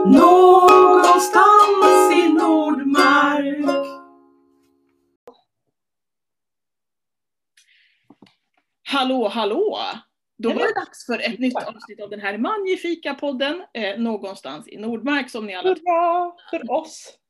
Någonstans i Nordmark. Hallå, hallå! Då var det dags för ett nytt avsnitt av den här magnifika podden Någonstans i Nordmark som ni alla Hurra för oss!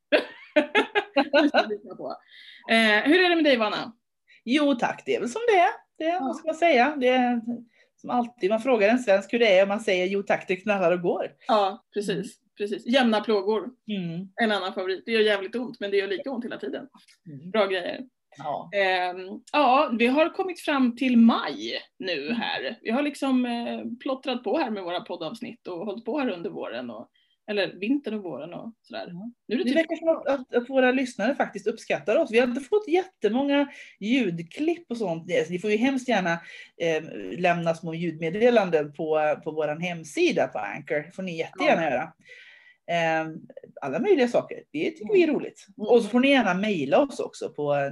Hur är det med dig, Vanna? Jo tack, det är väl som det är. Vad ska man säga? Det är som alltid, man frågar en svensk hur det är och man säger jo tack, det knallar och går. Ja, precis. Jämna plågor. Mm. En annan favorit. Det gör jävligt ont, men det gör lika ont hela tiden. Bra grejer. Ja. Ja, vi har kommit fram till maj nu här. Vi har liksom plottrat på här med våra poddavsnitt och hållit på här under våren. Eller vintern och våren och sådär. Ja. Nu är det Det verkar som att våra lyssnare faktiskt uppskattar oss. Vi har inte fått jättemånga ljudklipp och sånt. Ni får ju hemskt gärna lämna små ljudmeddelanden på vår hemsida på Anchor. Det får ni jättegärna göra. Alla möjliga saker. Det tycker vi är roligt. Och så får ni gärna mejla oss också på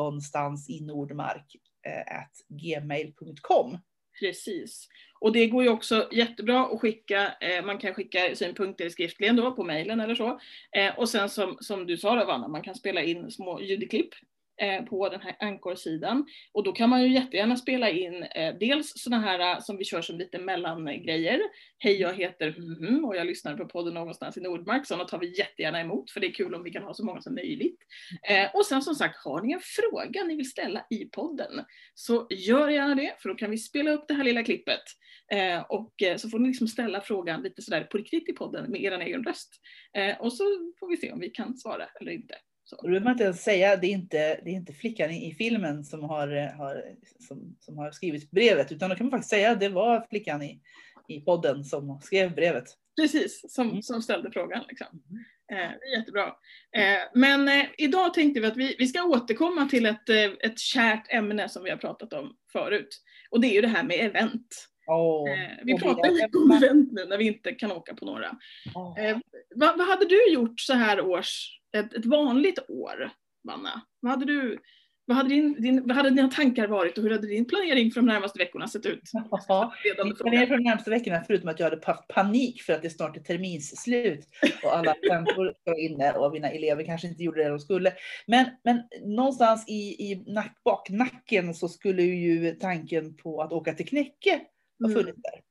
nagonstansinordmark@gmail.com. Precis. Och det går ju också jättebra att skicka, man kan skicka synpunkter skriftligen då på mejlen eller så. Och sen som du sa då, Vanna, man kan spela in små ljudklipp på den här Anchor-sidan. Och då kan man ju jättegärna spela in dels sådana här som vi kör som lite mellangrejer. Hej, jag heter och jag lyssnar på podden Någonstans i Nordmark. Sådana tar vi jättegärna emot, för det är kul om vi kan ha så många som möjligt. Och sen som sagt, har ni en fråga ni vill ställa i podden, så gör gärna det, för då kan vi spela upp det här lilla klippet. Och så får ni liksom ställa frågan lite sådär på riktigt i podden med er egen röst. Och så får vi se om vi kan svara eller inte. Då behöver man inte ens säga, det är inte flickan i filmen som har skrivit brevet, utan då kan man faktiskt säga att det var flickan i podden som skrev brevet. Precis, som ställde frågan. Liksom. Det är jättebra. Men idag tänkte vi att vi ska återkomma till ett kärt ämne som vi har pratat om förut. Och det är ju det här med event. Vi pratar lite om event nu när vi inte kan åka på några. Vad hade du gjort så här ett vanligt år, Vanna? Vad hade dina tankar varit och hur hade din planering för de närmaste veckorna sett ut? Min planering för de närmaste veckorna, förutom att jag hade haft panik för att det snart är terminsslut och alla tentor ska inne och mina elever kanske inte gjorde det de skulle. Men någonstans i baknacken så skulle ju tanken på att åka till Knäcke ha funnits där.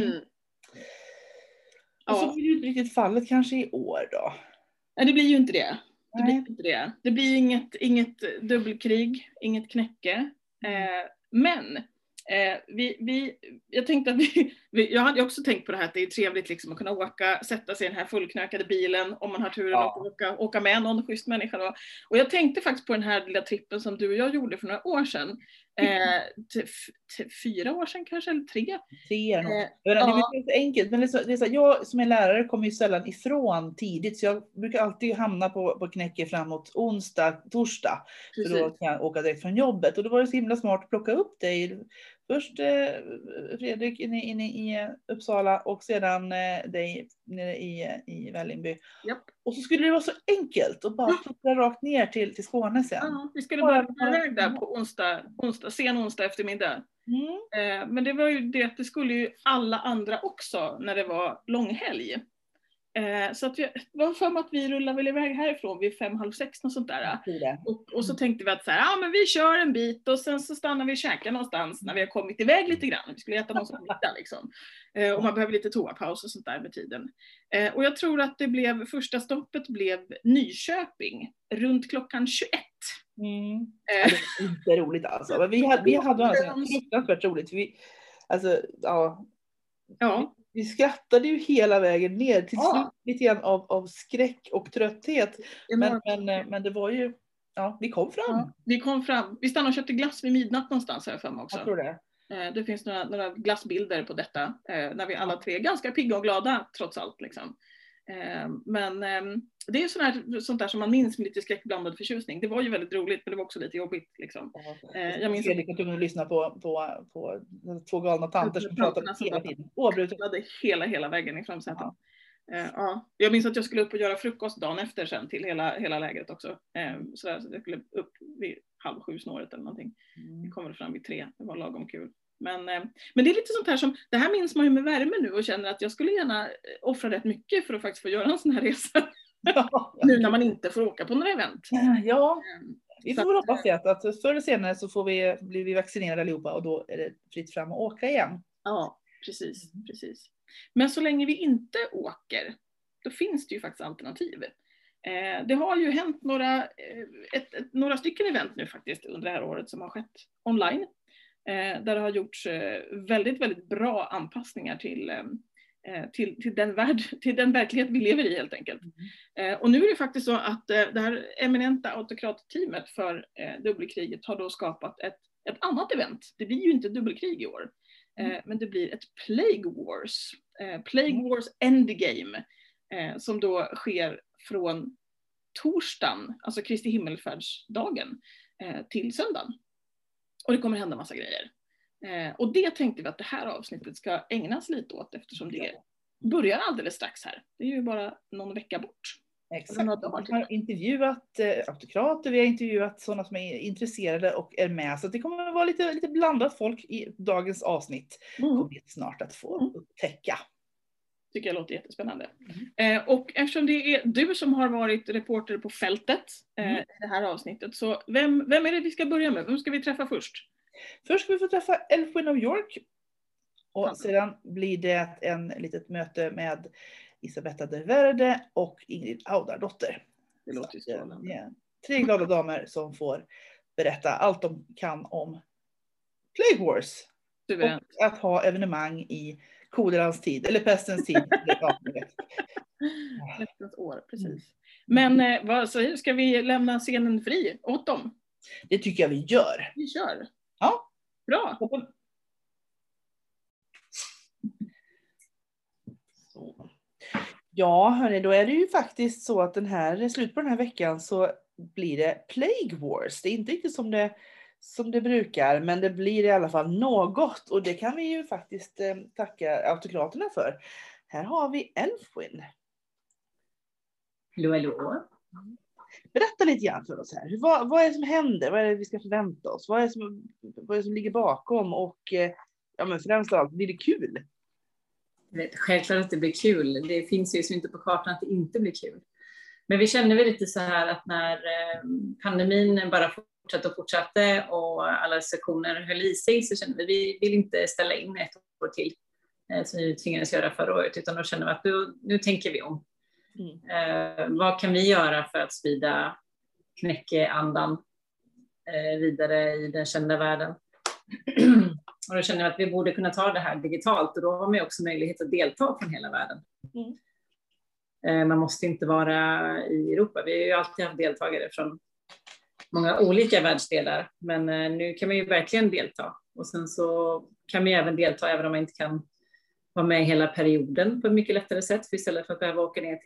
Och så blir det inte riktigt fallet kanske i år då. Nej, det blir ju inte det. Det blir inget dubbelkrig, inget Knäcke. Men jag tänkte att jag hade också tänkt på det här att det är trevligt liksom att kunna sätta sig i den här fullknökade bilen om man har turen att åka med någon schysst människa då. Och jag tänkte faktiskt på den här lilla trippen som du och jag gjorde för några år sedan. 4 år sedan kanske, eller 3. Det är så enkelt, men det är så, jag som är lärare kommer ju sällan ifrån tidigt, så jag brukar alltid hamna på Knäcke framåt torsdag. För då kan jag åka direkt från jobbet, och då var det så himla smart att plocka upp dig. Först Fredrik inne i Uppsala och sedan dig nere i Vällingby. Japp. Och så skulle det vara så enkelt att bara plocka rakt ner till Skåne sen. Ja, vi skulle bara gå iväg där på sen onsdag eftermiddag. Men det var ju det att det skulle ju alla andra också när det var långhelg. Så att vi var för mig att vi rullar väl iväg härifrån vid 5:30 och sånt där. Och så tänkte vi att men vi kör en bit och sen så stannar vi och käkar någonstans när vi har kommit iväg lite grann. Vi skulle äta någon sån middag liksom. Och man behöver lite toapaus och sånt där med tiden. Och jag tror att första stoppet blev Nyköping runt klockan 21. Det är inte roligt alltså. Men vi hade fruktansvärt roligt. Vi skrattade ju hela vägen ner till slut lite grann av skräck och trötthet. Men det var ju, vi kom fram. Ja, vi kom fram. Vi stannade och köpte glass vid midnatt någonstans här för mig också. Jag tror det. Det finns några glassbilder på detta. När vi alla tre är ganska pigga och glada trots allt liksom. Men det är sånt där som man minns med lite skräckblandad förtjusning. Det var ju väldigt roligt, men det var också lite jobbigt liksom. Jag minns Fredrik kunde lyssna på 2 galna tanter som pratade hela tiden. Oavbrutet. Hela vägen i framsätet. Jag minns att jag skulle upp och göra frukost dagen efter sen till hela lägret också. Så jag skulle upp vid 6:30 snåret eller någonting. Vi kommer fram vid 3. Det var lagom kul. Men det är lite sånt här som, det här minns man ju med värme nu och känner att jag skulle gärna offra rätt mycket för att faktiskt få göra en sån här resa. Nu när man inte får åka på några event. Ja, vi får hoppas att förr eller senare så blir vi vaccinerade allihopa och då är det fritt fram att åka igen. Ja, precis. Men så länge vi inte åker, då finns det ju faktiskt alternativ. Det har ju hänt några stycken event nu faktiskt under det här året som har skett online. Där det har gjorts väldigt, väldigt bra anpassningar till den verklighet vi lever i helt enkelt. Och nu är det faktiskt så att det här eminenta autokratteamet för dubbelkriget har då skapat ett annat event. Det blir ju inte dubbelkrig i år. Men det blir ett Plague Wars. Plague Wars Endgame. Som då sker från torsdagen, alltså Kristi himmelfärdsdagen, till söndagen. Och det kommer hända massa grejer. Och det tänkte vi att det här avsnittet ska ägnas lite åt eftersom det börjar alldeles strax här. Det är ju bara någon vecka bort. Exakt. Vi har intervjuat autokrater, vi har intervjuat sådana som är intresserade och är med. Så det kommer att vara lite blandat folk i dagens avsnitt. Kommer vi snart att få upptäcka. Tycker jag låter jättespännande. Och eftersom det är du som har varit reporter på fältet i det här avsnittet, så vem är det vi ska börja med? Vem ska vi träffa först? Först ska vi få träffa Elfwin of York. Och sedan blir det en litet möte med Isabetta de Verde och Ingrid Audardotter. Det låter ju spännande. 3 glada damer som får berätta allt de kan om Plague Wars. Och att ha evenemang i kolerans tid, eller pestens tid. Pestens år, precis. Men vad säger du? Ska vi lämna scenen fri åt dem? Det tycker jag vi gör. Vi kör. Ja. Bra. Så. Ja, hörni, då är det ju faktiskt så att slut på den här veckan så blir det Plague Wars. Det är inte riktigt som det brukar, men det blir i alla fall något. Och det kan vi ju faktiskt tacka autokraterna för. Här har vi Elfwin. Hallå. Berätta lite grann för oss här. Vad är det som händer? Vad är det vi ska förvänta oss? Vad är det som ligger bakom? Och men främst av allt, blir det kul? Självklart att det blir kul. Det finns ju inte på kartan att det inte blir kul. Men vi känner väl lite så här att när pandemin bara fortsatte och alla sektioner höll i sig, så kände vi vill inte ställa in ett år till som vi tvingades göra förra året, utan då känner vi att nu tänker vi om. Vad kan vi göra för att sprida knäckeandan vidare i den kända världen? Och då känner vi att vi borde kunna ta det här digitalt, och då har man också möjlighet att delta från hela världen. Man måste inte vara i Europa. Vi har ju alltid haft deltagare från många olika världsdelar, men nu kan man ju verkligen delta. Och sen så kan man ju även delta även om man inte kan vara med hela perioden på ett mycket lättare sätt. För istället för att behöva åka ner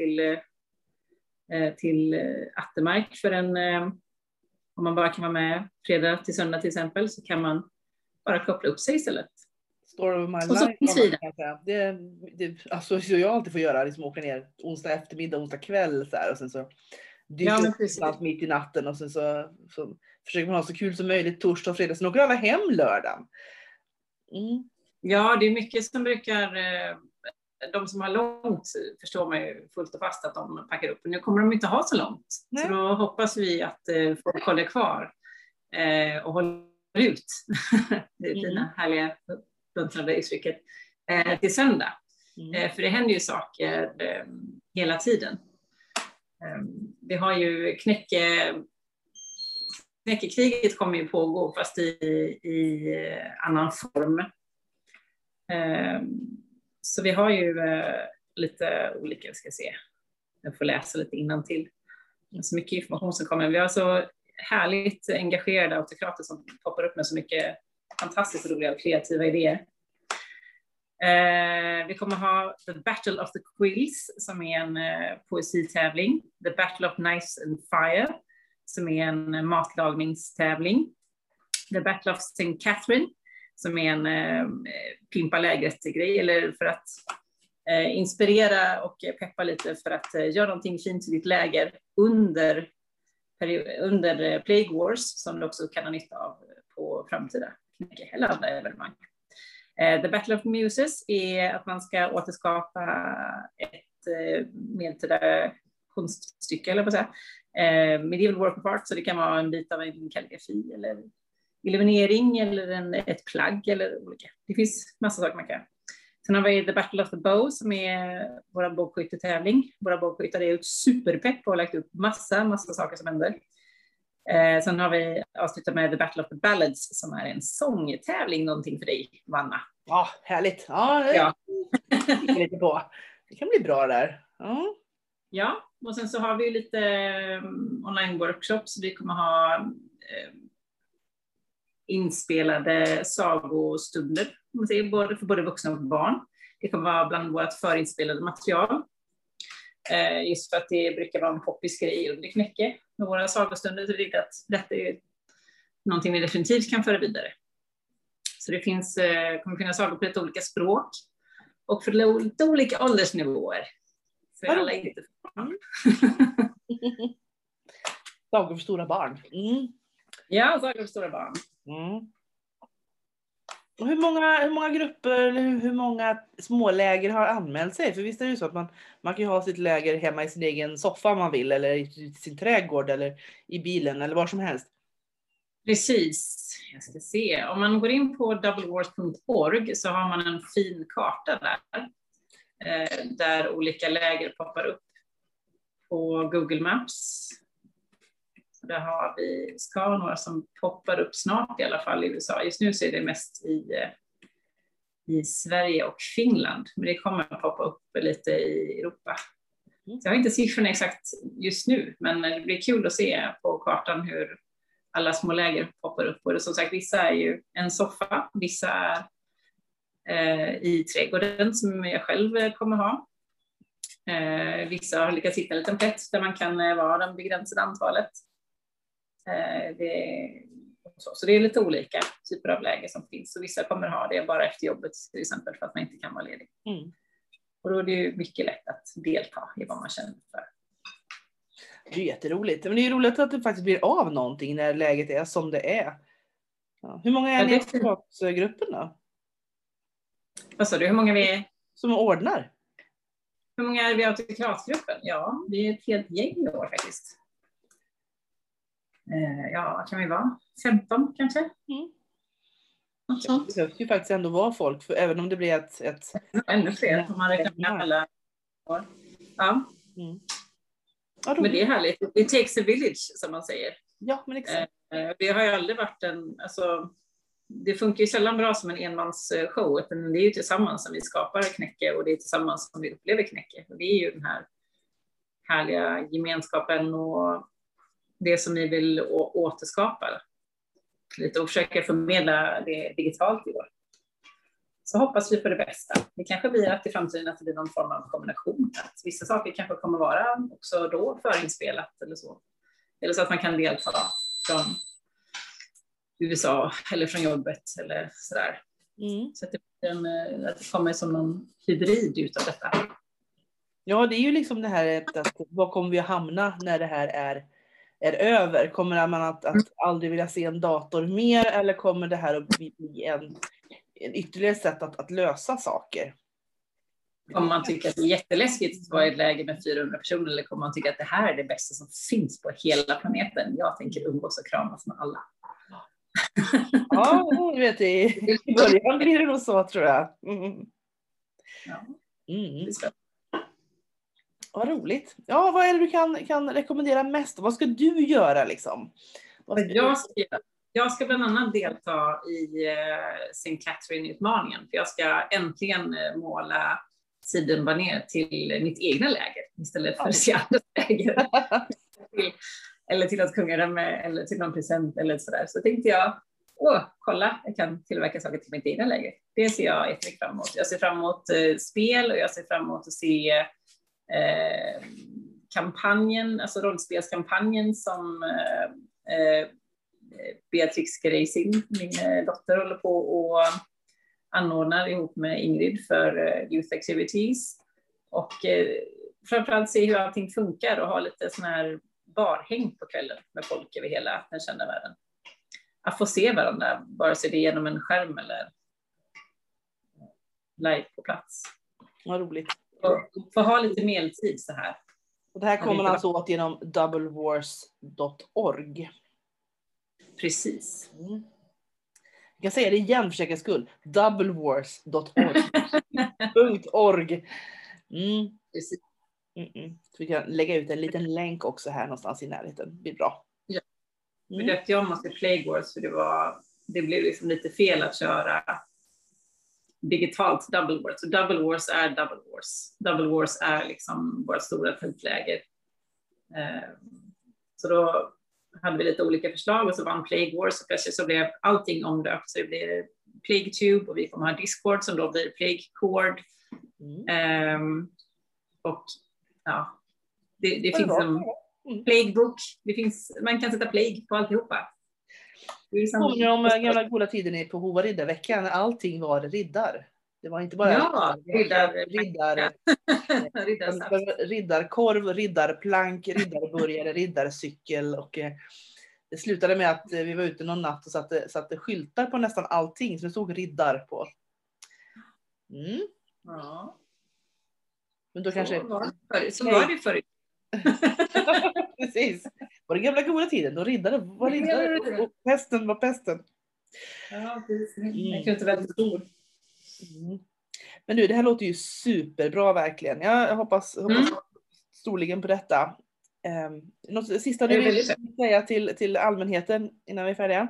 till Attermark om man bara kan vara med fredag till söndag till exempel, så kan man bara koppla upp sig istället. Story of my life. Alltså, så jag alltid får göra, liksom åka ner onsdag eftermiddag, onsdag kväll så här, och sen så dyker upp mitt i natten, och sen så försöker man ha så kul som möjligt torsdag och fredag, sen åker alla hem lördagen. Ja, det är mycket som brukar, de som har långt förstår man ju fullt och fast att de packar upp. Nu kommer de inte ha så långt. Nej. Så då hoppas vi att folk håller kvar och håller ut det fina, härliga, buntrande uttrycket till söndag. För det händer ju saker hela tiden. Vi har ju knäckekriget kommer ju pågå, fast i annan form. Så vi har ju lite olika, ska se. Jag får läsa lite innantill. Så mycket information som kommer. Vi har så härligt engagerade autokrater som poppar upp med så mycket fantastiskt roliga och kreativa idéer. Vi kommer ha The Battle of the Quills, som är en poesitävling. The Battle of Knives and Fire, som är en matlagningstävling. The Battle of St. Catherine, som är en pimpa lägret-grej, eller för att inspirera och peppa lite för att göra någonting fint i ditt läger under Plague Wars, som du också kan ha nytta av på framtida knäcke eller andra evenemang. The Battle of the Muses är att man ska återskapa ett medeltida konststycke, eller vad säga. Medieval work of art, så det kan vara en bit av en kalligrafi eller illuminering eller ett plagg eller olika. Det finns massa saker man kan göra. Sen har vi The Battle of the Bow som är vår bågskyttetävling. Våra bågskyttar är superpepp och har lagt upp massa saker som händer. Sen har vi avslutat med The Battle of the Ballads som är en sångtävling, någonting för dig, Vanna. Ja, härligt. Ja. Lite på. Det kan bli bra där. Ja, och sen så har vi lite online-workshops. Vi kommer ha inspelade sagostunder, man säger, både för både vuxna och barn. Det kommer vara bland vårt förinspelade material. Just för att det brukar vara en poppis grej under Knäcke med våra sagostunder, så det är att detta är någonting vi definitivt kan föra vidare. Så det kommer finnas sagor på lite olika språk och för lite olika åldersnivåer. För alla inte. Sagor för stora barn. Ja, sagor för stora barn. Och hur många grupper eller hur många småläger har anmält sig? För visst är det ju så att man kan ju ha sitt läger hemma i sin egen soffa om man vill, eller i sin trädgård eller i bilen eller var som helst. Precis, jag ska se. Om man går in på doublewars.org så har man en fin karta där olika läger poppar upp på Google Maps. Där har vi några som poppar upp snart i alla fall i USA. Just nu så är det mest i Sverige och Finland. Men det kommer att poppa upp lite i Europa. Så jag har inte siffrorna exakt just nu. Men det blir kul att se på kartan hur alla små läger poppar upp. Och som sagt, vissa är ju en soffa. Vissa är i trädgården som jag själv kommer ha. Vissa har lyckats hitta en liten plätt där man kan vara det begränsade antalet. Så det är lite olika typer av läger som finns. Och vissa kommer ha det bara efter jobbet till exempel för att man inte kan vara ledig. Och då är det ju mycket lätt att delta i vad man känner för. Det är jätteroligt. Men det är ju roligt att det faktiskt blir av någonting när läget är som det är. Ja. Hur många är ni i gruppen då? Vad sa du? Hur många vi är? Som ordnar? Hur många är vi har till klasgruppen? Ja, vi är ett helt gäng i år faktiskt. Ja, kan vi vara? 15 kanske? Det behövs ju faktiskt ändå vara folk, för även om det blir ett... Ännu fler, om man räknar med alla år. Ja. Men det är härligt. It takes a village, som man säger. Ja, men exakt. Det har ju aldrig varit det funkar ju sällan bra som en enmansshow, utan det är ju tillsammans som vi skapar Knäcke och det är tillsammans som vi upplever Knäcke. Och det är ju den här härliga gemenskapen och det som ni vill återskapa lite och försöka förmedla det digitalt i år. Så hoppas vi på det bästa. Det kanske blir att i framtiden att det blir någon form av kombination. Att vissa saker kanske kommer vara också då förinspelat eller så. Eller så att man kan delta från USA eller från jobbet eller sådär. Så att det kommer som någon hybrid utav detta. Ja, det är ju liksom det här att var kommer vi att hamna när det här är över? Kommer man att aldrig vilja se en dator mer, eller kommer det här att bli en ytterligare sätt att lösa saker? Om man tycker att det är jätteläskigt att vara i ett läge med 400 personer, eller kommer man tycka att det här är det bästa som finns på hela planeten? Jag tänker umgås och kramas med alla. Ja, jag vet i början blir det nog så, tror jag. Ja. Vad roligt. Ja, vad är det du kan rekommendera mest? Vad ska du göra liksom? Jag ska bland annat delta i St. Catherine-utmaningen. För jag ska äntligen måla sidenbaner till mitt egna läger istället för till andras läger. Eller till ett kungadöme eller till någon present eller sådär. Så tänkte jag, kolla, jag kan tillverka saker till mitt egna läger. Det ser jag jättemycket fram emot. Jag ser fram emot spel och jag ser fram emot att se kampanjen, alltså rollspelskampanjen som Beatrix Greisin, min dotter, håller på och anordnar ihop med Ingrid för Youth Activities. Och framförallt se hur allting funkar och ha lite sån här barhäng på kvällen med folk över hela den kända världen. Att få se varandra, bara se det genom en skärm eller live på plats. Vad roligt. Och få ha lite medeltid så här. Och det här kommer man alltså åt genom doublewars.org. Precis. Jag kan säga det igen för säkerhets skull. doublewars.org. Precis. Så vi kan lägga ut en liten länk också här någonstans i närheten. Det blir bra. Ja. Vi döpte om oss till Plague Wars för det blev liksom lite fel att köra digitalt Double Wars. Så Double Wars är Double Wars. Double Wars är liksom våra stora fältläger. Så då hade vi lite olika förslag och så vann Plague Wars och plötsligt så blev allting omdöpt. Så det blev Plague Tube och vi kommer ha Discord som då blir Plague Cord. Och ja, det finns som Plague Book. Man kan sätta Plague på alltihopa. Det påminner om gamla goda tiden på Hova riddarveckan när allting var riddar. Det var inte bara riddarkorv, riddarplank, riddarburgare, riddarcykel och det slutade med att vi var ute någon natt och satte skyltar på nästan allting så det stod riddar på. Ja. Men då kanske så var det förut. Precis. Var det gamla goda tiden då riddare var riddare och pesten var pesten. Ja, precis. Jag kan inte väldigt stor. Men nu det här låter ju superbra verkligen. Jag hoppas storligen på detta. Något sista du vill säga till allmänheten innan vi är färdiga?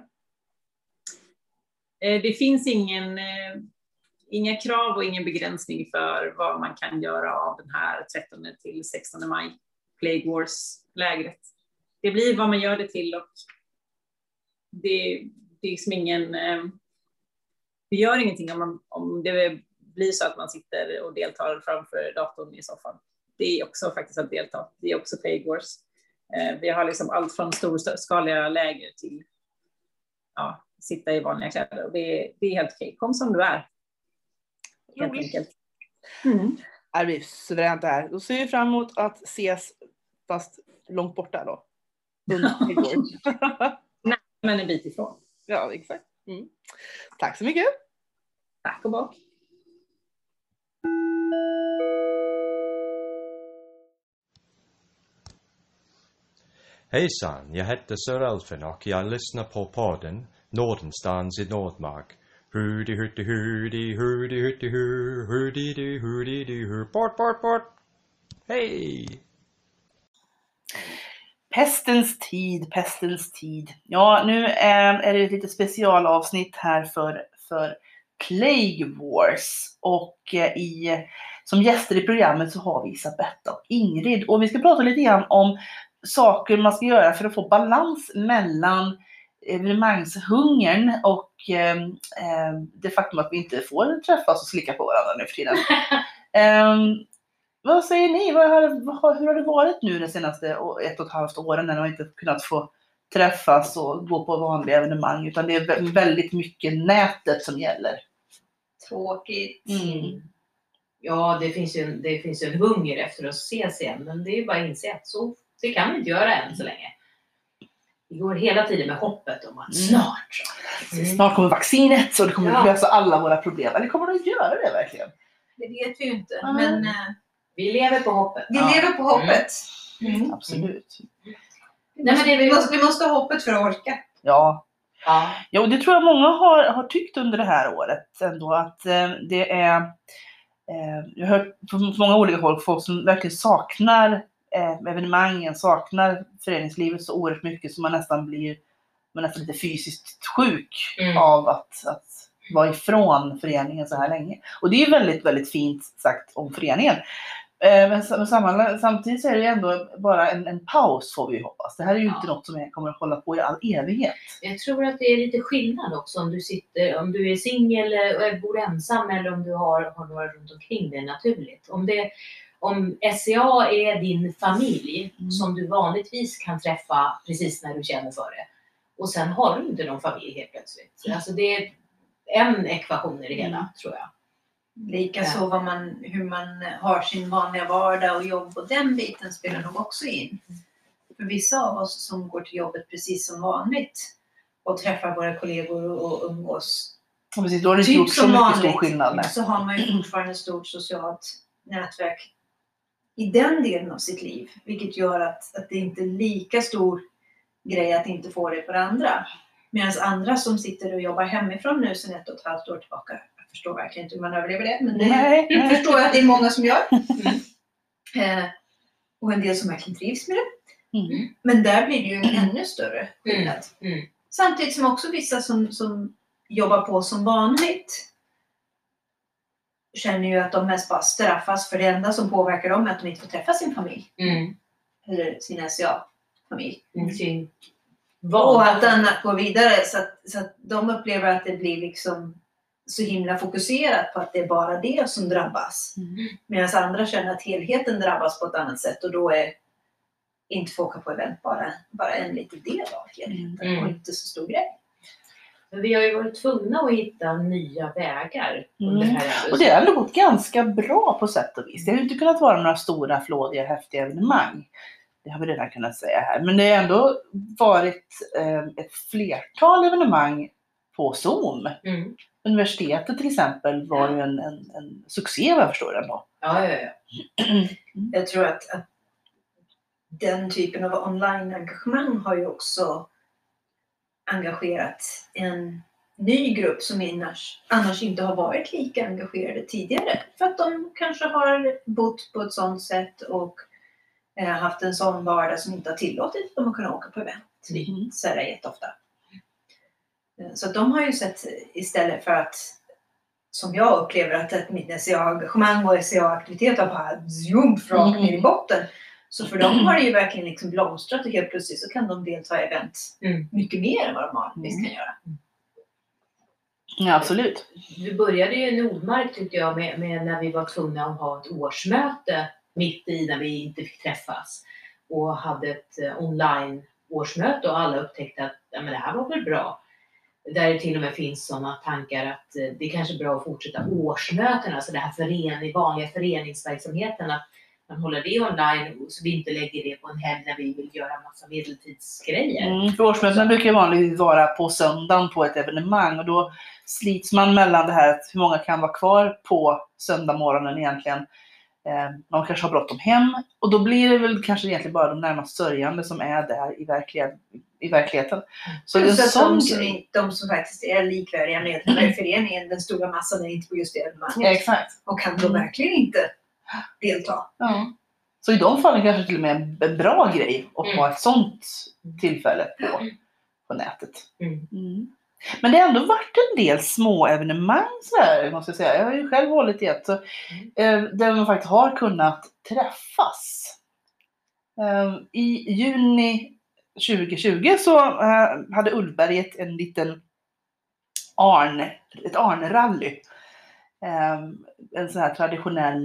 Det finns inga krav och ingen begränsning för vad man kan göra av den här 13 till 16 maj Plague Wars-lägret. Det blir vad man gör det till och det är liksom det gör ingenting om det blir så att man sitter och deltar framför datorn i soffan. Det är också faktiskt att delta. Det är också Plague Wars. Vi har liksom allt från storskaliga läger till sitta i vanliga kläder. Och det är helt okej. Kom som du är. Helt enkelt. Det blir suveränt det här. Då ser vi fram emot att ses fast långt borta då. Nej, men en bit ifrån. Ja, exakt. Tack så mycket. Tack och bock. Hejsan, jag heter Sir Elfen och jag lyssnar på podden Nordenstans i Nordmark. Hurdi hurdi hurdi hurdi hurdi hurdi hurdi hurdi bort. Hej! Pestens tid. Ja, nu är det ett lite specialavsnitt här för Plague Wars. Och som gäster i programmet så har vi Isabetta och Ingrid. Och vi ska prata lite grann om saker man ska göra för att få balans mellan evenemangshungern och det faktum att vi inte får träffas och slicka på varandra nu för tiden. Vad säger ni? Hur har det varit nu de senaste 1,5 åren när man inte kunnat få träffas och gå på vanliga evenemang utan det är väldigt mycket nätet som gäller? Tråkigt. Ja, det finns ju en hunger efter att ses igen, men det är ju bara att inse att så det kan vi inte göra än så länge. Det går hela tiden med hoppet om att snart kommer vaccinet så det kommer att lösa alla våra problem. Eller kommer det att göra det verkligen? Det vet vi ju inte, men vi lever på hoppet. Vi lever på hoppet. Absolut. Nej, men vi måste ha hoppet för att orka. Ja, och det tror jag många har tyckt under det här året ändå att det är jag har hört från många olika folk som verkligen saknar evenemangen, saknar föreningslivet så oerhört mycket som man nästan blir lite fysiskt sjuk av att vara ifrån föreningen så här länge. Och det är väldigt, väldigt fint sagt om föreningen. Men samtidigt så är det ändå bara en paus får vi hoppas. Det här är ju inte något som kommer att hålla på i all evighet. Jag tror att det är lite skillnad också om du är singel och bor ensam eller om du har några runt omkring dig naturligt. Om SCA är din familj som du vanligtvis kan träffa precis när du känner för det. Och sen har du inte någon familj helt plötsligt. Alltså det är en ekvation i det hela tror jag. Likaså hur man har sin vanliga vardag och jobb och den biten spelar nog också in. För vissa av oss som går till jobbet precis som vanligt och träffar våra kollegor och umgås Ja, precis, då har det inte typ gjort så som mycket stor vanligt skillnad. Nej. så har man ju fortfarande ett stort socialt nätverk i den delen av sitt liv. Vilket gör att det inte är lika stor grej att inte få det på det andra. Medan andra som sitter och jobbar hemifrån nu sedan 1,5 år tillbaka. Jag förstår verkligen inte hur man överlever det. Men det förstår jag att det är många som gör. Och en del som verkligen trivs med det. Mm. Men där blir det ju en ännu större skillnad. Mm. Samtidigt som också vissa som jobbar på som vanligt känner ju att de mest bara straffas, för det enda som påverkar dem är att de inte får träffa sin familj. Mm. Eller sin SCA-familj. Sin Och att annat går vidare, så att de upplever att det blir liksom så himla fokuserat på att det är bara det som drabbas. Medan andra känner att helheten drabbas på ett annat sätt, och då är inte få åka på event bara en liten del av helheten och inte så stor grej. Men vi har ju varit tvungna att hitta nya vägar under det här. Och det har ändå gått ganska bra på sätt och vis. Det har ju inte kunnat vara några stora, flådiga, häftiga evenemang. Det har vi redan kunnat säga här. Men det har ändå varit ett flertal evenemang på Zoom. Mm. Universitetet till exempel var ju en succé, vad jag förstår det då. Ja. Jag tror att den typen av online-engagemang har ju också engagerat en ny grupp som annars inte har varit lika engagerade tidigare. För att de kanske har bott på ett sådant sätt och haft en sån vardag som inte har tillåtit dem att kunna åka på event. Så är det jätteofta. Så att de har ju sett, istället för att, som jag upplever att mitt SCA-engagemang och SCA-aktivitet har bara zoomt rakt ner i botten. Så för dem har det ju verkligen liksom blomstrat, och helt plötsligt så kan de delta i event mycket mer än vad de vanligtvis kan göra. Ja, absolut. Vi började ju i Nordmark, tyckte jag, med när vi var tvungna att ha ett årsmöte mitt i när vi inte fick träffas. Och hade ett online årsmöte, och alla upptäckte att men det här var väl bra. Där det till och med finns sådana tankar att det är kanske bra att fortsätta årsmöten, alltså det här vanliga föreningsverksamheten, att man håller det online så vi inte lägger det på en helg när vi vill göra en massa medeltidsgrejer. För årsmötena brukar ju vanligtvis vara på söndagen på ett evenemang, och då slits man mellan det här att hur många kan vara kvar på söndag morgonen egentligen. Man kanske har bråttom hem, och då blir det väl kanske egentligen bara de närmast sörjande som är där i verkligheten. Så det är de som faktiskt är likvärdiga medlemmar i föreningen, den stora massan är inte på just det evenemanget. Exakt. Och kan då verkligen inte delta. Ja. Så i de fallen kanske till och med en bra grej att ha ett sånt tillfälle på nätet. Men det har ändå varit en del små evenemang så här, måste jag säga. Jag har ju själv hållit i ett där man faktiskt har kunnat träffas. I juni 2020 så hade Ullberget en liten ett Arn-rally. En sån här traditionell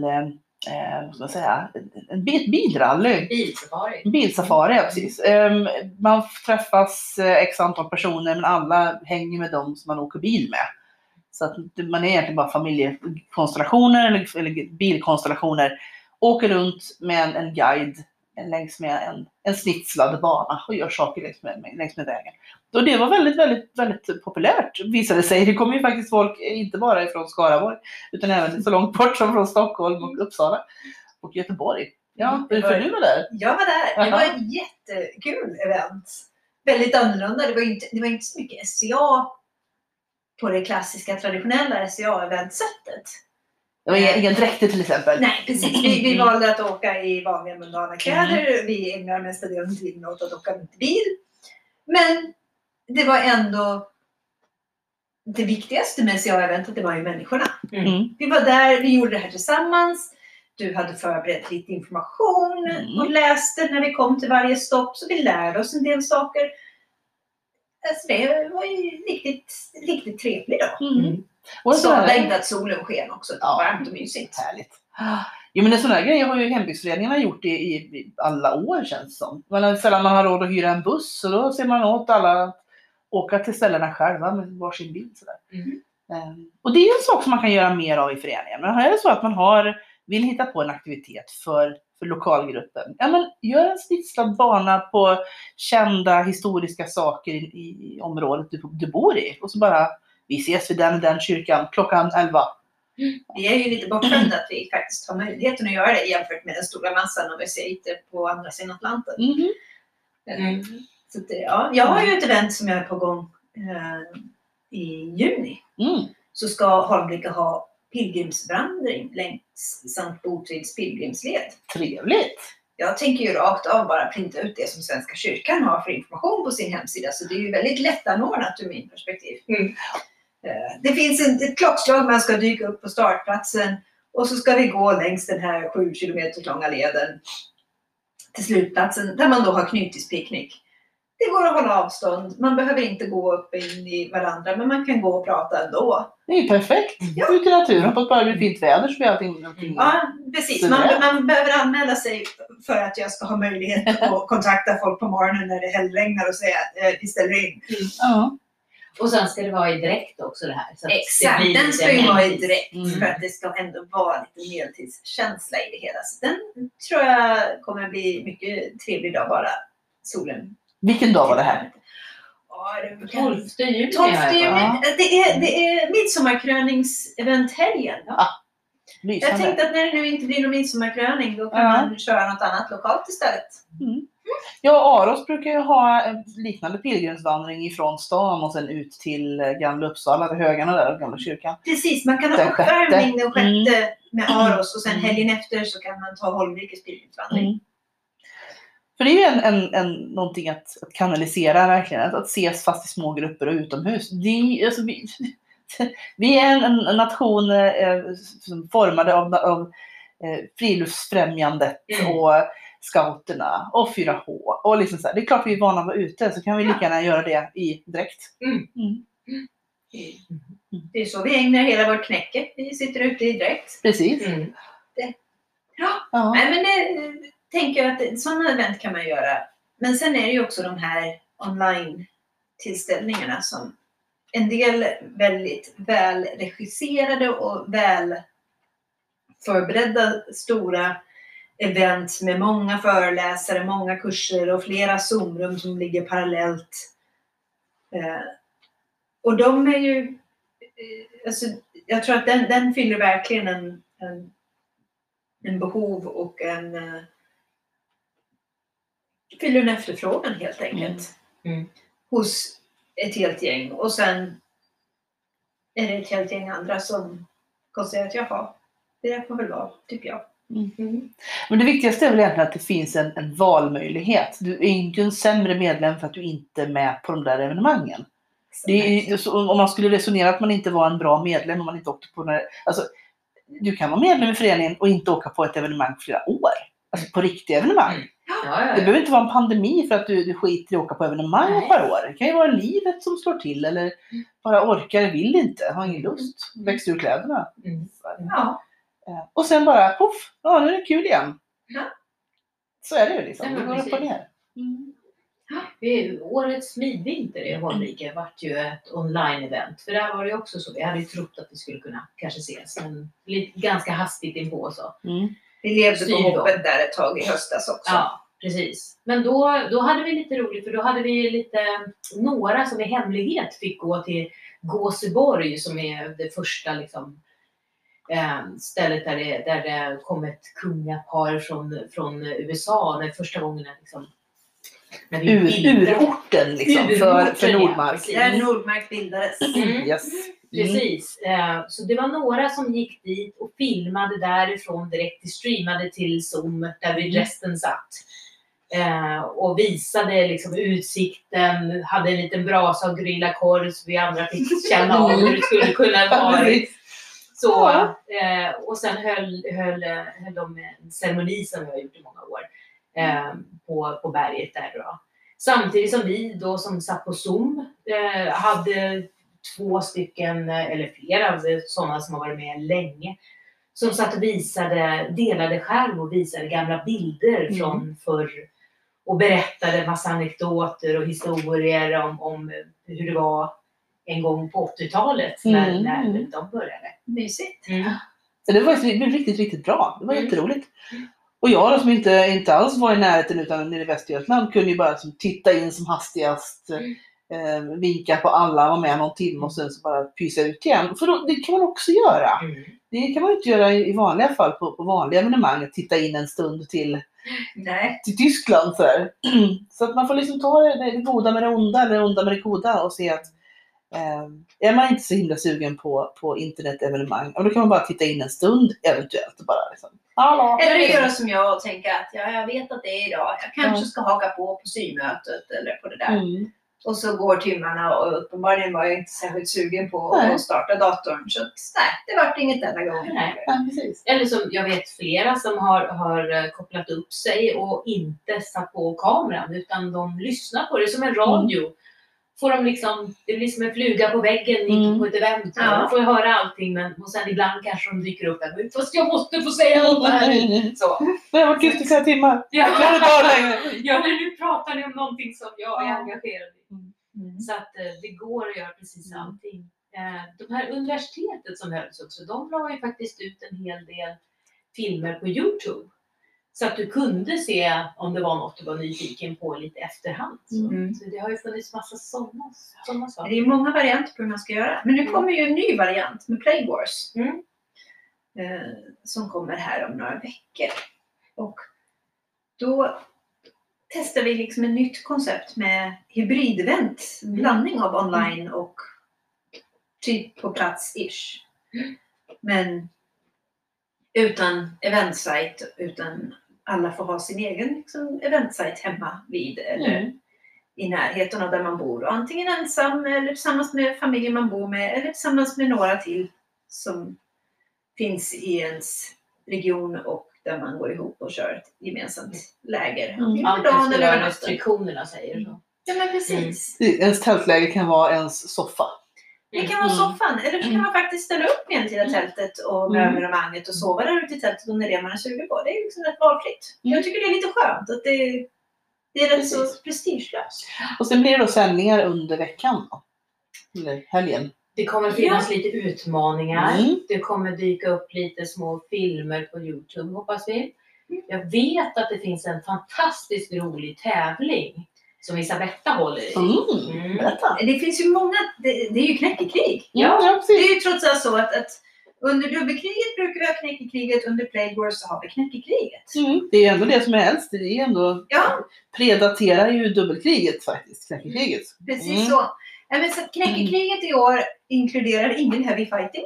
bilrally. Bilsafari, ja, precis. Man träffas x antal personer, men alla hänger med dem som man åker bil med. Så att man är egentligen bara familjekonstellationer eller bilkonstellationer. Åker runt med en guide längs med en snitslad bana och gör saker längs med vägen. Och det var väldigt, väldigt, väldigt populärt, visade sig. Det kommer ju faktiskt folk inte bara ifrån Skaraborg, utan även så långt bort som från Stockholm och Uppsala och Göteborg. Ja, för du var där? Jag var där. Det var ett jättekul event. Väldigt annorlunda. Det var inte så mycket SCA på det klassiska, traditionella SCA-eventsättet. Det var inga dräkter till exempel? Nej, precis. Vi valde att åka i vanliga mundana kläder. Vi ägnar mestadels tiden åt att åka med bil. Men det var ändå det viktigaste med SCA-eventet, det var ju människorna. Vi var där, vi gjorde det här tillsammans. Du hade förberett lite information och läste när vi kom till varje stopp, så vi lärde oss en del saker. Alltså det var ju riktigt trevligt då. Och så tänkte att solen sken också. Varmt och mysigt. Härligt. Jo, men en sån här grej har ju hembygdsföreningarna gjort i alla år, känns som. Men sällan man har råd att hyra en buss, så då ser man åt alla att åka till ställena själva med varsin bil. Sådär. Och det är en sak som man kan göra mer av i föreningen. Men är det så att man vill hitta på en aktivitet för lokalgruppen. Ja, men gör en snitslad bana på kända historiska saker i området du bor i. Och så bara vi ses vid den kyrkan klockan 11. Vi är ju lite bortskämda att vi faktiskt har möjligheten att göra det jämfört med den stora massan om vi ser på andra sidan Atlanten. Så det, ja, jag har ju ett event som jag är på gång i juni. Så ska Holmblicka ha pilgrimsvandring längs Sankt Botrids pilgrimsled. Trevligt! Jag tänker ju rakt av bara printa ut det som Svenska kyrkan har för information på sin hemsida. Så det är ju väldigt lättanordnat ur min perspektiv. Det finns ett klockslag man ska dyka upp på startplatsen. Och så ska vi gå längs den här 7 kilometer långa leden till slutplatsen där man då har knytispicknick. Det går att hålla avstånd. Man behöver inte gå upp in i varandra, men man kan gå och prata ändå. Det är ju perfekt. Ute i naturen, på att bara bli fint väder så blir allting. Ja, precis. Man behöver anmäla sig för att jag ska ha möjlighet att kontakta folk på morgonen när det hällregnar och säga att vi ställer in. Och sen ska det vara i direkt också det här. Så exakt, den ska ju vara i direkt för att det ska ändå vara lite medeltidskänsla i det hela. Så den tror jag kommer att bli mycket trevlig dag, bara solen. Vilken dag var det här? 12 juni. 12 juni. Det är midsommarkröningseventhelgen. Jag tänkte att när det nu inte blir någon midsommarkröning då kan man köra något annat lokalt istället. Jag och Aros brukar ju ha en liknande pilgrimsvandring ifrån stan och sen ut till Gamla Uppsala, till högarna där, Gamla kyrkan. Precis, man kan ha uppvärmning den 6 med Aros och sen helgen efter så kan man ta Holmvikes pilgrimsvandring. För det är ju någonting att kanalisera verkligen, att ses fast i små grupper och utomhus. Vi är en nation formade av friluftsfrämjandet och scouterna och 4H. Och liksom så här, det är klart vi är vana att vara ute, så kan vi lika gärna göra det i direkt. Det är så vi ägnar hela vårt knäcke. Vi sitter ute i direkt. Precis. Nej, men det tänker jag att sådana event kan man göra. Men sen är det ju också de här online-tillställningarna som en del väldigt väl regisserade och väl förberedda stora event med många föreläsare, många kurser och flera Zoom-rum som ligger parallellt. Och de är ju, alltså, jag tror att den fyller verkligen en behov och fyller en efterfrågan helt enkelt hos ett helt gäng. Och sen är det ett helt gäng andra som konstaterar att jaha, det får väl vara, tycker jag. Men det viktigaste är väl egentligen att det finns en valmöjlighet. Du är inte en sämre medlem för att du inte är med på de där evenemangen. Det är, om man skulle resonera att man inte var en bra medlem om man inte åkte på alltså, du kan vara medlem i föreningen och inte åka på ett evenemang för flera år. Alltså på riktiga evenemang. Det behöver inte vara en pandemi för att du skiter i att åka på evenemang ett par år. Det kan ju vara livet som slår till eller bara orkar, vill inte, har ingen lust, växer ur kläderna. Och sen bara, poff, nu är det kul igen. Så är det ju liksom, det går upp och ner. Årets midvinter i Holmvike vart ju ett online-event. För där var det också så, vi hade ju trott att vi skulle kunna kanske ses. Men ganska hastigt inpå så. Vi levde på hoppet där ett tag i höstas också. Ja, precis. Men då hade vi lite roligt, för då hade vi några som i hemlighet fick gå till Gåseborg som är det första liksom, stället där det kom ett kungapar från USA när första gången liksom, urorten liksom, för Nordmark. Där Nordmark bildades. Precis. Så det var några som gick dit och filmade därifrån direkt, streamade till Zoom där vi resten satt. Och visade liksom utsikten, hade en liten brasa och grilla korv så vi andra fick känna av hur det skulle kunna vara. Så, och sen höll de en ceremoni som vi har gjort i många år på berget där då. Samtidigt som vi då som satt på Zoom hade 2 stycken eller flera sådana som har varit med länge som satt och delade skärm och visade gamla bilder från förr och berättade massa anekdoter och historier om hur det var en gång på 80-talet när de började. Mysigt. Det var riktigt, riktigt bra. Det var jätteroligt. Och jag då, som inte alls var i närheten utan nere i Västergötland kunde ju bara titta in som hastigast vinka på alla, vara med någon timme och sen så bara pysa ut igen. För då, det kan man också göra. Det kan man inte göra i vanliga fall på vanliga evenemang, titta in en stund till Tyskland. Så att man får liksom ta det goda med det onda, eller det onda med det goda, och se att är man inte så himla sugen på internetevenemang, och då kan man bara titta in en stund eventuellt och bara liksom, hallå. Eller göra som jag och tänka att jag vet att det är idag, jag kanske ska haka på symötet eller på det där. Och så går timmarna och uppenbarligen var jag inte särskilt sugen på att starta datorn. Så det var inget denna gången. Eller som jag vet flera som har kopplat upp sig och inte satt på kameran, utan de lyssnar på det som en radio. Får de liksom, det blir som en fluga på väggen på ett event. De får höra allting, men och sen ibland kanske de dyker upp där. Fast jag måste få säga något här. Så. Det har varit tyst i flera timmar. Ja, men nu pratar ni om någonting som jag är engagerad i. Så att det går att göra precis allting. De här universitetet som hölls också, de la ju faktiskt ut en hel del filmer på YouTube. Så att du kunde se om det var något du var nyfiken på lite efterhand. Så det har ju funnits massa sådana saker. Det är många varianter på hur man ska göra. Men nu kommer ju en ny variant med Play Wars. Som kommer här om några veckor. Och då testar vi liksom ett nytt koncept med hybridevent. Blandning av online och typ på plats-ish. Men utan eventsajt, utan alla får ha sin egen liksom, eventsajt hemma vid eller i närheten av där man bor. Och antingen ensam eller tillsammans med familjen man bor med, eller tillsammans med några till som finns i ens region och där man går ihop och kör ett gemensamt läger. Allt efter vad restriktionerna säger så. Ja, men precis. Ens tältläge kan vara ens soffa. Det kan vara soffan, eller så kan man faktiskt ställa upp egentligen i tältet och med evenemanget och sova där ute i tältet om det är det man är sugen på. Det är liksom rätt valfritt. Jag tycker det är lite skönt att det är rätt så prestigelöst. Och sen blir det då sändningar under veckan då? Eller helgen. Det kommer finnas lite utmaningar. Det kommer dyka upp lite små filmer på YouTube, hoppas vi. Jag vet att det finns en fantastiskt rolig tävling som Isabetta håller i. Det finns ju många, det är ju knäckekrig. Ja, det är ju trots allt så att under dubbelkriget brukar vi ha knäckekriget, under Plague Wars så har vi knäckekriget. Det är ändå det som är äldst, det är ändå predaterar ju dubbelkriget faktiskt, knäckekriget. Precis så. Men så knäckekriget i år inkluderar ingen heavy fighting.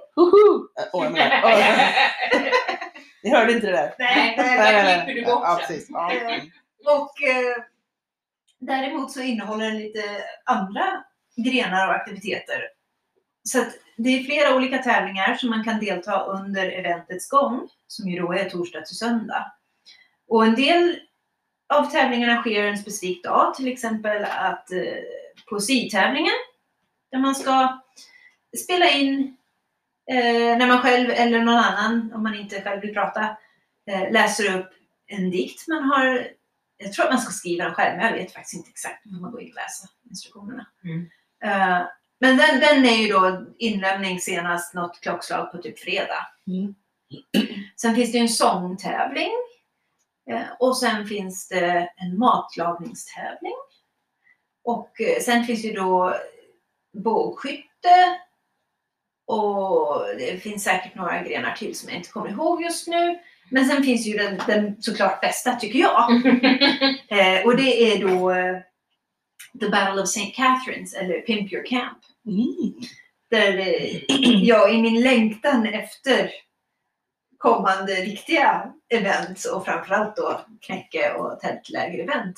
Ni hörde inte det där? Nej. klipper du bort precis. Och däremot så innehåller den lite andra grenar och aktiviteter. Så att det är flera olika tävlingar som man kan delta under eventets gång, som ju då är torsdag till söndag. Och en del av tävlingarna sker en specifik dag, till exempel att poesitävlingen, där man ska spela in när man själv eller någon annan, om man inte själv vill prata, läser upp en dikt man har. Jag tror att man ska skriva den själv, men jag vet faktiskt inte exakt hur man går in och läser instruktionerna. Men den är ju då inlämning senast något klockslag på typ fredag. Sen finns det en sångtävling. Och sen finns det en matlagningstävling. Och sen finns det då bågskytte. Och det finns säkert några grenar till som jag inte kommer ihåg just nu. Men sen finns ju den såklart bästa, tycker jag. Och det är då The Battle of St. Catherine's, eller Pimp Your Camp. Där jag i min längtan efter kommande riktiga event, och framförallt då knäcke- och tältläger-event,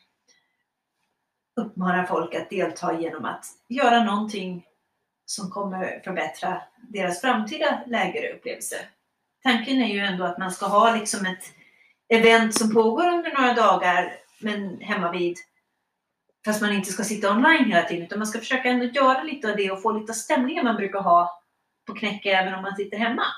uppmanar folk att delta genom att göra någonting som kommer förbättra deras framtida lägerupplevelse. Tanken är ju ändå att man ska ha liksom ett event som pågår under några dagar, men hemma vid, fast man inte ska sitta online hela tiden, utan man ska försöka ändå göra lite av det och få lite stämningar man brukar ha på knäcke även om man sitter hemma.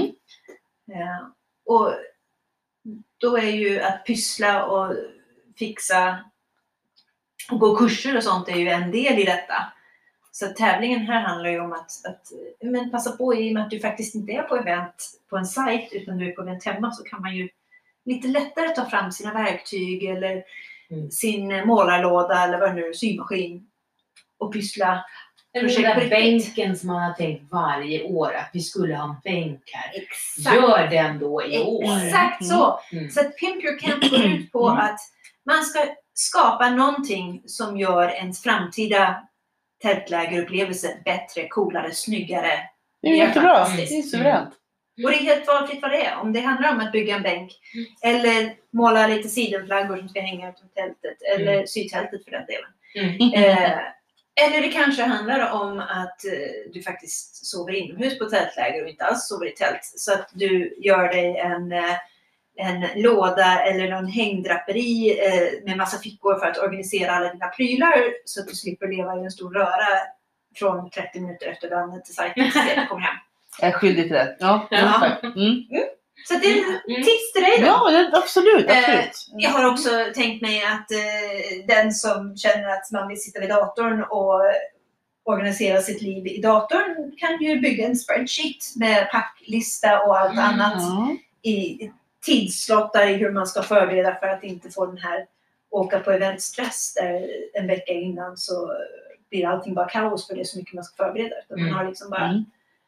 Och då är ju att pyssla och fixa och gå kurser och sånt är ju en del i detta. Så tävlingen här handlar ju om att men passa på, i och med att du faktiskt inte är på event på en sajt utan du är på event hemma, så kan man ju lite lättare ta fram sina verktyg eller sin målarlåda eller vad nu, symaskin, och pyssla. Den där bänken som man har tänkt varje år att vi skulle ha en bänk här. Exakt. Gör den då i år. Exakt så. Mm. Så att Pimp Your Camp går ut på att man ska skapa någonting som gör ens framtida tältlägerupplevelse bättre, coolare, snyggare. Det är jättebra. fantastiskt. Det är suveränt. Och det är helt valfritt vad det är. Om det handlar om att bygga en bänk. Eller måla lite sidenflaggor som ska hänga utom tältet. Eller sy tältet för den delen. Eller det kanske handlar om att du faktiskt sover inomhus på tältläger och inte alls sover i tält. Så att du gör dig en låda eller någon hängdraperi med massa fickor för att organisera alla dina prylar. Så att du slipper leva i en stor röra från 30 minuter efter landet till sajten tills du kommer hem. Jag är skyldig till det. Ja. Så det är ett tips till dig då. Ja, absolut. Jag har också tänkt mig att den som känner att man vill sitta vid datorn och organisera sitt liv i datorn kan ju bygga en spreadsheet med packlista och allt annat i tidslottar i hur man ska förbereda för att inte få den här åka på eventstress där en vecka innan så blir allting bara kaos för det är så mycket man ska förbereda. Man har liksom bara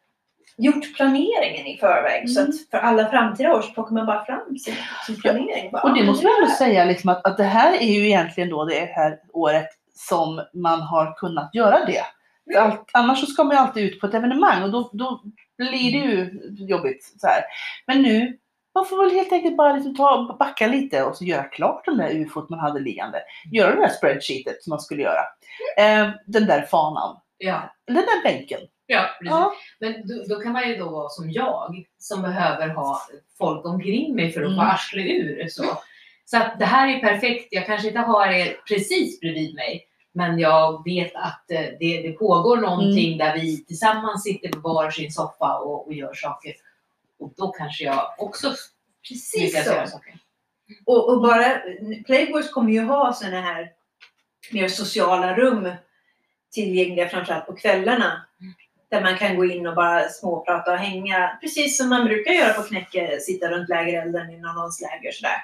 gjort planeringen i förväg. Så att för alla framtida år så plockar man bara fram sin planering. Och det måste man ändå säga liksom att det här är ju egentligen då det här året som man har kunnat göra det. Annars så ska man ju alltid ut på ett evenemang och då blir det ju jobbigt så här. Men nu, man får väl helt enkelt bara liksom backa lite och så göra klart den där ufot man hade liggande. Göra det där spreadsheetet som man skulle göra. Den där fanan. Ja. Den där bänken. Ja, precis. Men då kan man ju då vara som jag som behöver ha folk omkring mig för att få arsle ur. Så att det här är perfekt. Jag kanske inte har er precis bredvid mig. Men jag vet att det pågår någonting där vi tillsammans sitter på varsin soffa och gör saker. Och då kanske jag också precis så. Göra saker. Och bara Playboys kommer ju ha såna här mer sociala rum tillgängliga framförallt på kvällarna. Där man kan gå in och bara småprata och hänga. Precis som man brukar göra på Knäcke. Sitta runt lägerelden i någons läger sådär.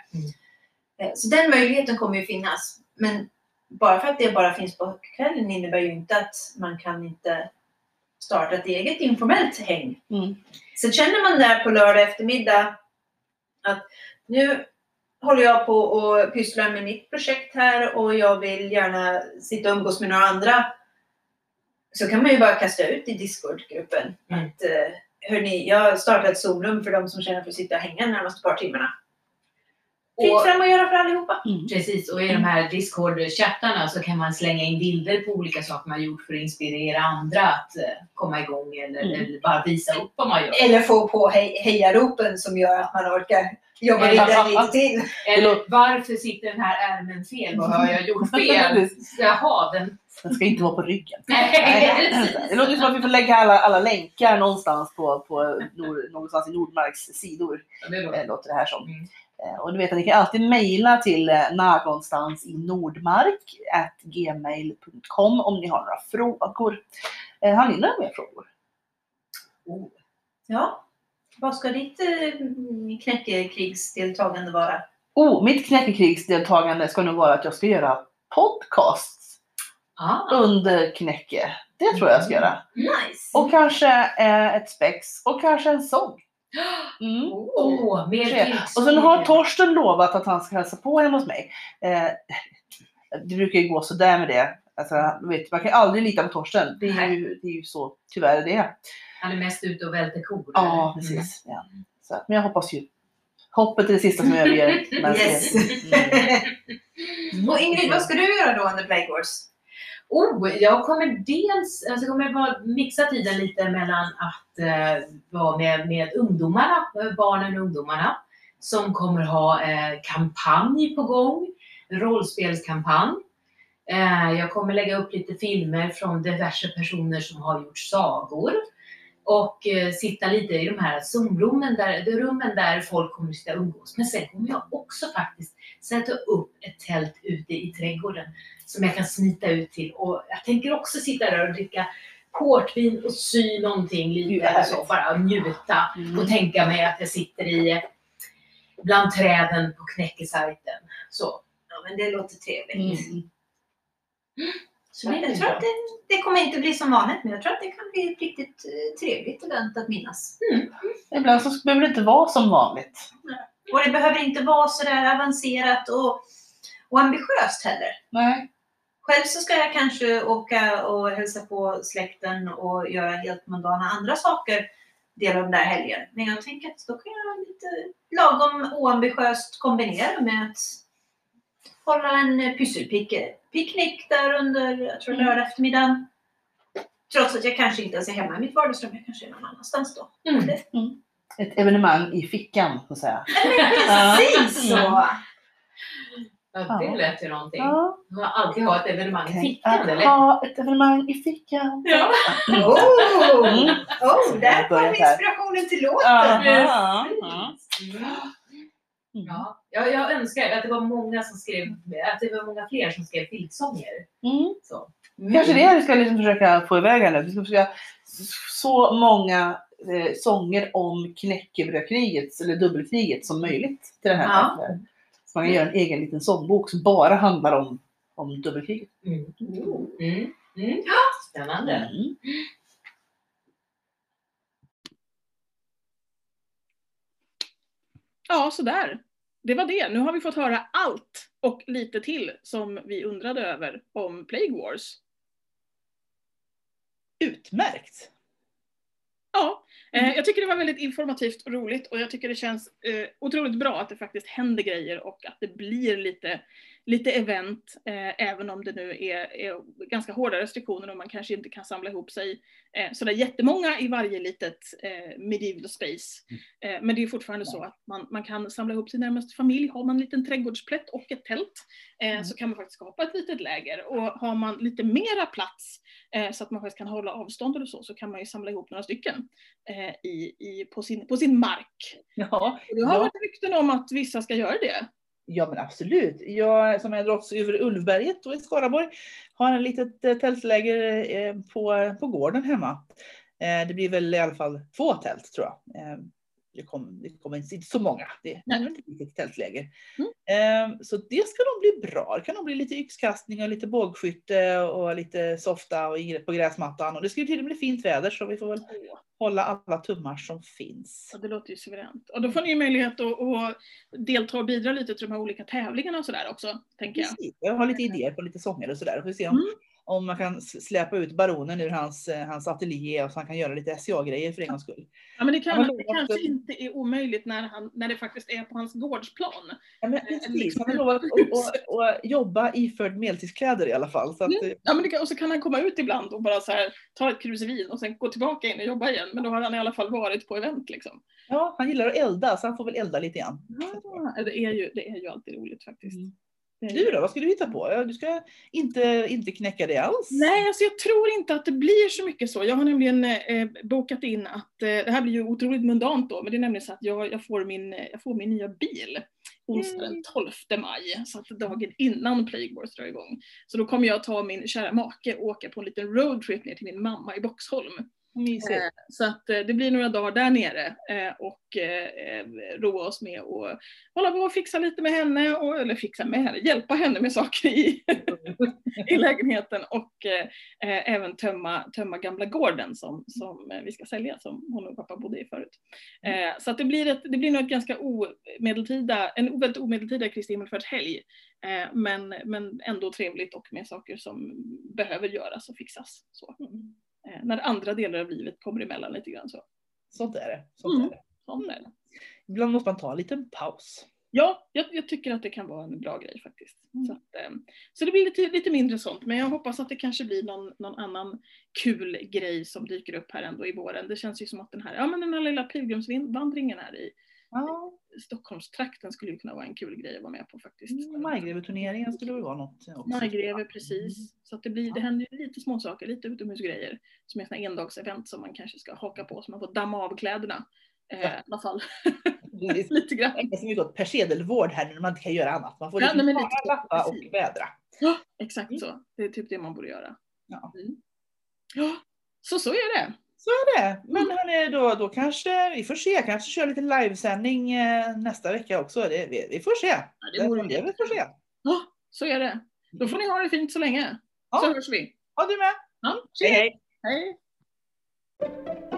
Så den möjligheten kommer ju finnas. Men bara för att det bara finns på kvällen innebär ju inte att man kan inte starta ett eget informellt häng. Så känner man där på lördag eftermiddag att nu håller jag på och pysslar med mitt projekt här och jag vill gärna sitta och umgås med några andra. Så kan man ju bara kasta ut i Discord-gruppen att hörni, jag har startat ett Zoom-rum för de som känner för att sitta och hänga de närmaste par timmarna. Fritt fram och göra för allihopa. Precis, och i de här Discord-chattarna så kan man slänga in bilder på olika saker man har gjort för att inspirera andra att komma igång eller bara visa upp vad man gör. Eller få på hejaropen som gör att man orkar jobba vidare lite till. Eller varför sitter den här ärmen fel? Vad har jag gjort fel? Jaha, den ska inte vara på ryggen. Det låter som att vi får lägga alla länkar någonstans någonstans i Nordmarks sidor. Det låter det här som. Och du vet att ni kan alltid mejla till nagonstansinordmark@gmail.com om ni har några frågor. Har ni några mer frågor? Ja. Vad ska ditt knäckekrigsdeltagande vara? Mitt knäckekrigsdeltagande ska nog vara att jag ska göra podcasts under Knäcke. Det tror jag ska göra. Nice. Och kanske ett spex och kanske en sång. Och sen har Torsten lovat att han ska hälsa på hemma hos mig. Det brukar ju gå så där med det. Alltså, man kan aldrig lita på Torsten. Det är ju så, tyvärr det. Han är mest ute och välter kor. Ja, precis. Ja. Så, men jag hoppas ju. Hoppet är det sista som överger. Yes. Och Ingrid, vad ska du göra då under Playgårds? Jag kommer bara mixa tiden lite mellan att vara med ungdomarna, barnen och ungdomarna. Som kommer ha kampanj på gång. Rollspelskampanj. Jag kommer lägga upp lite filmer från diverse personer som har gjort sagor. Och sitta lite i de här Zoom-rummen rummen där folk kommer att sitta och umgås. Men sen kommer jag också faktiskt sätta upp ett tält ute i trädgården som jag kan smita ut till. Och jag tänker också sitta där och dricka portvin och sy någonting lite eller så. Bara njuta och tänka mig att jag sitter bland träden på Knäckesajten. Så. Ja, men det låter trevligt. Så blir det Jag tror bra. att det kommer inte bli som vanligt, men jag tror att det kan bli ett riktigt trevligt event att minnas. Ibland så behöver det inte vara som vanligt. Och det behöver inte vara så där avancerat och ambitiöst heller. Nej. Själv så ska jag kanske åka och hälsa på släkten och göra helt mundana andra saker delar av den där helgen. Men jag tänker att då kan jag lite lagom oambitiöst kombinera med att hålla en pysselpicknick där under, jag tror lördag eftermiddagen. Trots att jag kanske inte ens är hemma i mitt vardagsrum, jag kanske är någon annanstans då. Ett evenemang i fickan, så att säga. Precis så! Ja, det lät ju någonting. Ja. Man har alltid ha ett evenemang i fickan, Att eller? ha ett evenemang i fickan. Ja. Där kom inspirationen till låten. Ja, jag önskar att det var många som skrev, att det var många fler som skrev filtsånger. Så. Kanske det vi ska liksom försöka få iväg här nu. Vi ska försöka så många sånger om knäckebrödkriget eller dubbelkriget som möjligt till det här. Ja. Så man kan göra en egen liten sångbok som bara handlar om dubbelkriget. Spännande. Ja, sådär. Det var det. Nu har vi fått höra allt och lite till som vi undrade över om Plague Wars. Utmärkt! Ja, jag tycker det var väldigt informativt och roligt och jag tycker det känns otroligt bra att det faktiskt händer grejer och att det blir lite event, även om det nu är ganska hårda restriktioner och man kanske inte kan samla ihop sig sådär jättemånga i varje litet medieval space. Men det är fortfarande så att man kan samla ihop sin närmaste familj. Har man en liten trädgårdsplätt och ett tält så kan man faktiskt skapa ett litet läger. Och har man lite mera plats så att man faktiskt kan hålla avstånd eller så kan man ju samla ihop några stycken på sin mark. Ja, och det har varit rykten om att vissa ska göra det. Ja, men absolut. Jag som är dragits över Ulvberget och i Skaraborg har en litet tältläger på gården hemma. Det blir väl i alla fall 2 tält tror jag. Det kommer inte så många. Det är inte ett litet tältläger. Så det ska nog bli bra. Det kan nog bli lite yxkastning och lite bågskytte och lite softa och ingrepp på gräsmattan. Och det ska ju tydligen bli fint väder så vi får väl hålla alla tummar som finns. Ja, det låter ju suveränt. Och då får ni ju möjlighet att delta och bidra lite till de här olika tävlingarna och sådär också, tänker jag. Precis. Jag har lite idéer på lite sånger och sådär. Vi får se om man kan släpa ut baronen ur hans ateljé och så han kan göra lite SCA-grejer för en gångs skull. Ja, men det kanske inte är omöjligt när det faktiskt är på hans gårdsplan. Ja, men precis. Han har lovat att jobba iförd medeltidskläder i alla fall. Så att, ja, men och så kan han komma ut ibland och bara så här, ta ett krus vin och sen gå tillbaka in och jobba igen. Men då har han i alla fall varit på event liksom. Ja, han gillar att elda så han får väl elda lite grann. Ja, det är ju alltid roligt faktiskt. Du då, vad ska du hitta på? Du ska inte knäcka det alls. Nej, alltså jag tror inte att det blir så mycket så. Jag har nämligen bokat in att, det här blir ju otroligt mundant då, men det är nämligen så att jag får min nya bil onsdag den 12 maj, så att dagen innan Plague Wars drar igång. Så då kommer jag ta min kära make och åka på en liten roadtrip ner till min mamma i Boxholm. Så att det blir några dagar där nere och roa oss med att hålla på och fixa lite med henne, hjälpa henne med saker i lägenheten och även tömma gamla gården som vi ska sälja, som hon och pappa bodde i förut. Så att det blir nog ett ganska väldigt omedeltida Kristi himmelfärdshelg, men ändå trevligt och med saker som behöver göras och fixas. Så. När andra delar av livet kommer emellan lite grann så. Sånt är det. Sånt är det. Ibland måste man ta en liten paus. Ja, jag tycker att det kan vara en bra grej faktiskt. Så det blir lite mindre sånt. Men jag hoppas att det kanske blir någon annan kul grej som dyker upp här ändå i våren. Det känns ju som att den här lilla pilgrimsvandringen här i Stockholmstrakten skulle ju kunna vara en kul grej att vara med på faktiskt. Majgreve-turneringen skulle väl vara något också. Majgreve, precis. Så att det händer ju lite små saker, lite utomhusgrejer. Som är sådana endagsevent som man kanske ska haka på så man får damma av kläderna. I alla fall. Lite grann. Det är så mycket persedelvård här när man inte kan göra annat. Man får liksom bara lappa och vädra. Ja, exakt så. Det är typ det man borde göra. Ja. Ja, så är det. Så är det. Men hörni, då kanske vi får se. Kanske köra lite livesändning nästa vecka också. Vi får se. Ja, det får se. Ja, så är det. Då får ni ha det fint så länge. Ja. Så hörs vi. Ja, du med. Ja, Hej, hej. hej.